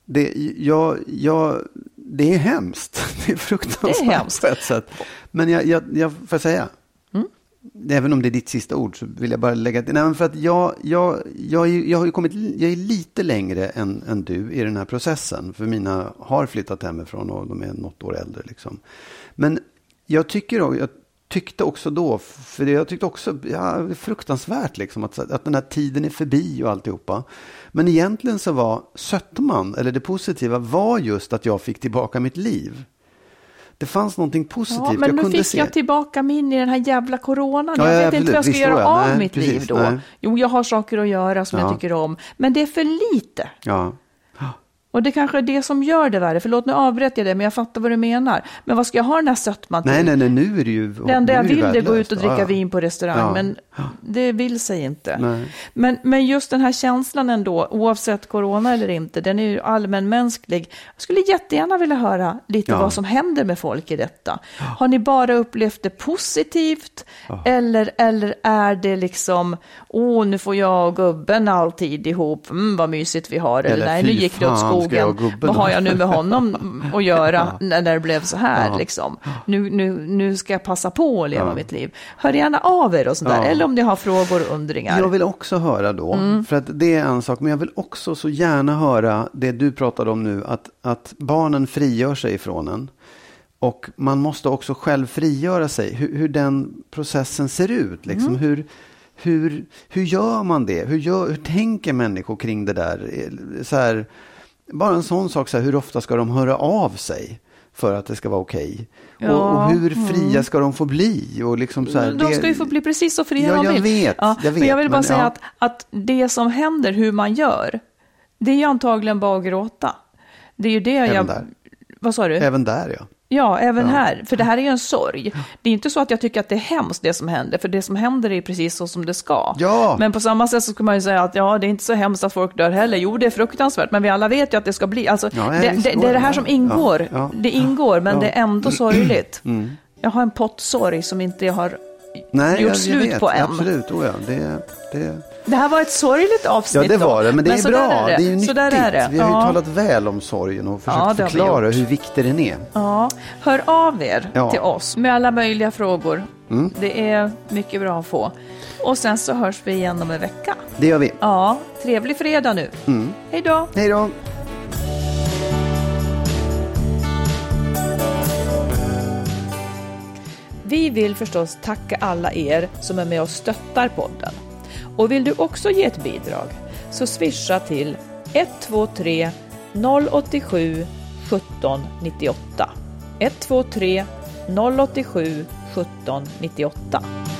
det är hemskt. Det är fruktansvärt. Det är hemskt. På ett sätt. Men jag får säga, även om det är ditt sista ord, så vill jag bara lägga till. Nej, men för att jag har ju kommit, jag är lite längre än du i den här processen. För mina har flyttat hemifrån och de är något år äldre liksom. Men jag tycker tyckte också då, för jag tyckte också, det är fruktansvärt liksom, att den här tiden är förbi och alltihopa. Men egentligen så var sötman, eller det positiva, var just att jag fick tillbaka mitt liv. Det fanns någonting positivt. Ja, men nu fick jag tillbaka min i den här jävla coronan. Jag vet inte vad jag ska göra av mitt liv då. Nej. Jo, jag har saker att göra som jag tycker om. Men det är för lite. Ja. Och det kanske är det som gör det värre. Förlåt, nu avbröt jag det, men jag fattar vad du menar. Men vad ska jag ha den här sötman till? Nej, nu är det ju... Det enda jag vill är gå ut och dricka vin på restaurang, men det vill sig inte. Men just den här känslan ändå, oavsett corona eller inte, den är ju allmänmänsklig. Jag skulle jättegärna vilja höra lite vad som händer med folk i detta. Har ni bara upplevt det positivt? Eller är det liksom, nu får jag och gubben alltid ihop, vad mysigt vi har. Eller nej, nu gick det åt skogen. Vad har jag nu med honom att göra när det blev så här liksom? Nu ska jag passa på att leva mitt liv. Hör gärna av er och sådär. Eller om ni har frågor och undringar. Jag vill också höra då, för att det är en sak, men jag vill också så gärna höra det du pratade om nu, att barnen frigör sig ifrån en. Och man måste också själv frigöra sig. Hur den processen ser ut. Liksom. Hur gör man det? Hur tänker människor kring det där? Så här, bara en sån sak, så här, hur ofta ska de höra av sig för att det ska vara okej? Och hur fria ska de få bli? Och liksom så här, de ska ju få bli precis så fria de vill. Jag vet. Men jag vill bara säga att det som händer, hur man gör, det är ju antagligen bara att gråta. Det är ju det även där. Vad sa du? Även där, Ja, även här. För det här är ju en sorg. Det är inte så att jag tycker att det är hemskt det som händer. För det som händer är precis så som det ska. Ja. Men på samma sätt så skulle man ju säga att det är inte så hemskt att folk dör heller. Jo, det är fruktansvärt. Men vi alla vet ju att det ska bli. Alltså, det är det här som ingår. Ja. Det ingår, men det är ändå sorgligt. Jag har en pottsorg som inte jag har gjort slut på än. Absolut, Det här var ett sorgligt avsnitt. Ja, det var det, men det är bra. Det är ju nyttigt. Är det. Vi har ju talat väl om sorgen och försökt förklara hur viktig den är. Ja, hör av er till oss med alla möjliga frågor. Det är mycket bra att få. Och sen så hörs vi igen om en vecka. Det gör vi. Ja, trevlig fredag nu. Hej då. Hej då. Vi vill förstås tacka alla er som är med och stöttar podden. Och vill du också ge ett bidrag så swisha till 123 087 17 98. 123 087 17 98.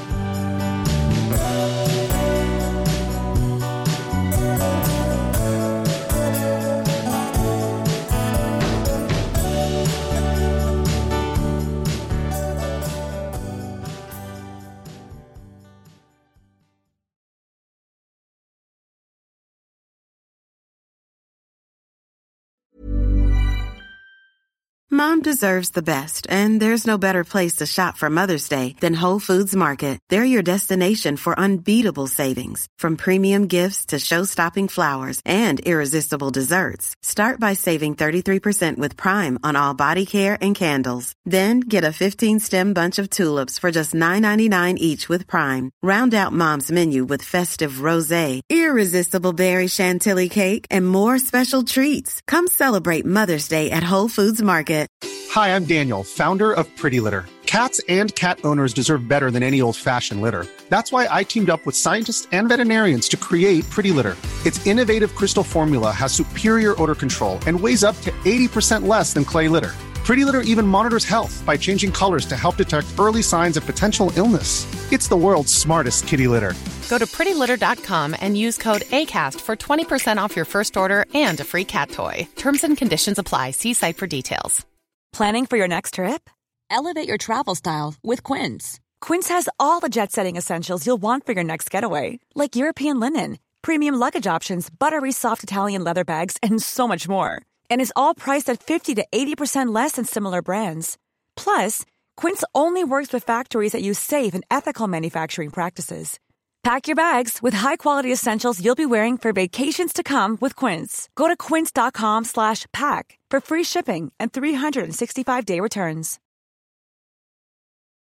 Mom deserves the best, and there's no better place to shop for Mother's Day than Whole Foods Market. They're your destination for unbeatable savings, from premium gifts to show-stopping flowers and irresistible desserts. Start by saving 33% with Prime on all body care and candles. Then get a 15-stem bunch of tulips for just $9.99 each with Prime. Round out Mom's menu with festive rosé, irresistible berry chantilly cake, and more special treats. Come celebrate Mother's Day at Whole Foods Market. Hi, I'm Daniel, founder of Pretty Litter. Cats and cat owners deserve better than any old-fashioned litter. That's why I teamed up with scientists and veterinarians to create Pretty Litter. Its innovative crystal formula has superior odor control and weighs up to 80% less than clay litter. Pretty Litter even monitors health by changing colors to help detect early signs of potential illness. It's the world's smartest kitty litter. Go to prettylitter.com and use code ACAST for 20% off your first order and a free cat toy. Terms and conditions apply. See site for details. Planning for your next trip? Elevate your travel style with Quince. Quince has all the jet-setting essentials you'll want for your next getaway, like European linen, premium luggage options, buttery soft Italian leather bags, and so much more. And is all priced at 50 to 80% less than similar brands. Plus, Quince only works with factories that use safe and ethical manufacturing practices. Pack your bags with high-quality essentials you'll be wearing for vacations to come with Quince. Go to quince.com/pack for free shipping and 365-day returns.